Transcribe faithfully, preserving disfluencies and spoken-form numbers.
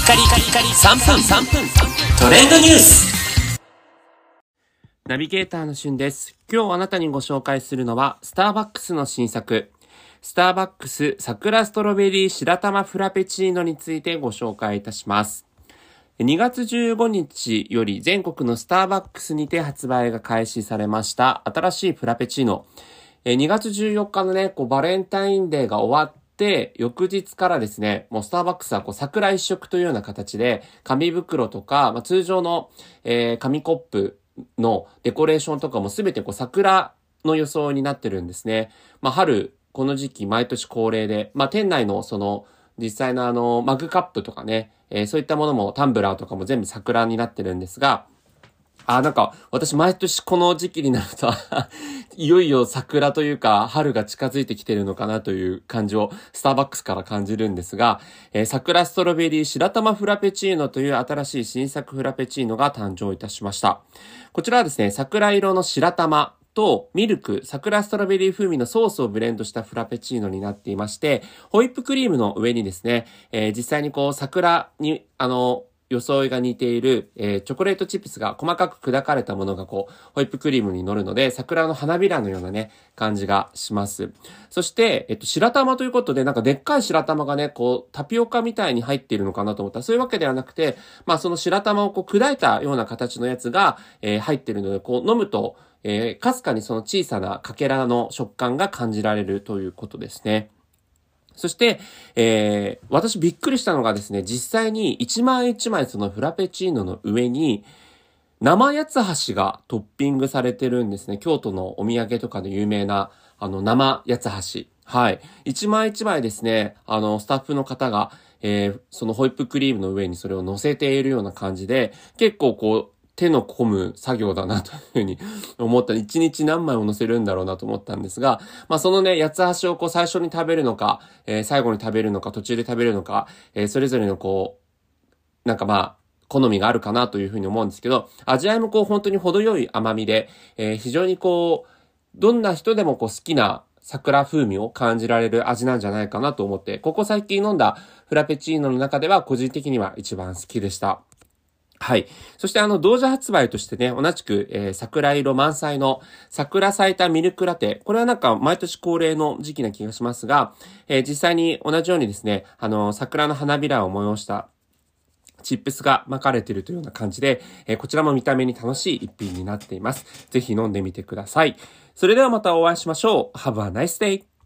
カリカリカリさんぷんさんぷんトレンドニュース。ナビゲーターのしゅんです。今日あなたにご紹介するのはスターバックスの新作スターバックス桜ストロベリー白玉フラペチーノについてご紹介いたします。にがつじゅうごにちより全国のスターバックスにて発売が開始されました新しいフラペチーノ。にがつじゅうよっかのね、こうバレンタインデーが終わって翌日からですね、もうスターバックスはこう桜一色というような形で紙袋とか、まあ、通常の、えー、紙コップのデコレーションとかもすべてこう桜の装いになってるんですね。まあ春この時期毎年恒例で、まあ店内のその実際のあのマグカップとかね、えー、そういったものもタンブラーとかも全部桜になってるんですが、あ、なんか私毎年この時期になるといよいよ桜というか春が近づいてきてるのかなという感じをスターバックスから感じるんですが、えー、桜ストロベリー白玉フラペチーノという新しい新作フラペチーノが誕生いたしました。こちらはですね、桜色の白玉とミルク、桜ストロベリー風味のソースをブレンドしたフラペチーノになっていまして、ホイップクリームの上にですね、えー、実際にこう桜に、あの、装いが似ている、えー、チョコレートチップスが細かく砕かれたものがこう、ホイップクリームに乗るので、桜の花びらのようなね、感じがします。そして、えっと、白玉ということで、なんかでっかい白玉がね、こう、タピオカみたいに入っているのかなと思ったら、そういうわけではなくて、まあその白玉をこう、砕いたような形のやつが、えー、入っているので、こう、飲むと、えー、かすかにその小さなかけらの食感が感じられるということですね。そして、えー、私びっくりしたのがですね、実際に一枚一枚そのフラペチーノの上に生八つ橋がトッピングされてるんですね。京都のお土産とかで有名なあの生八つ橋。はい。一枚一枚ですね、あのスタッフの方が、えー、そのホイップクリームの上にそれを乗せているような感じで、結構こう、手の込む作業だなというふうに思った。一日何枚も乗せるんだろうなと思ったんですが、まあそのね、八つ橋をこう最初に食べるのか、えー、最後に食べるのか、途中で食べるのか、えー、それぞれのこう、なんかまあ、好みがあるかなというふうに思うんですけど、味わいもこう本当に程よい甘みで、えー、非常にこう、どんな人でもこう好きな桜風味を感じられる味なんじゃないかなと思って、ここ最近飲んだフラペチーノの中では個人的には一番好きでした。はい。そしてあの、同時発売としてね、同じく、えー、桜色満載の桜咲いたミルクラテ。これはなんか毎年恒例の時期な気がしますが、えー、実際に同じようにですね、あの、桜の花びらを催したチップスが巻かれているというような感じで、えー、こちらも見た目に楽しい一品になっています。ぜひ飲んでみてください。それではまたお会いしましょう。Have a nice day!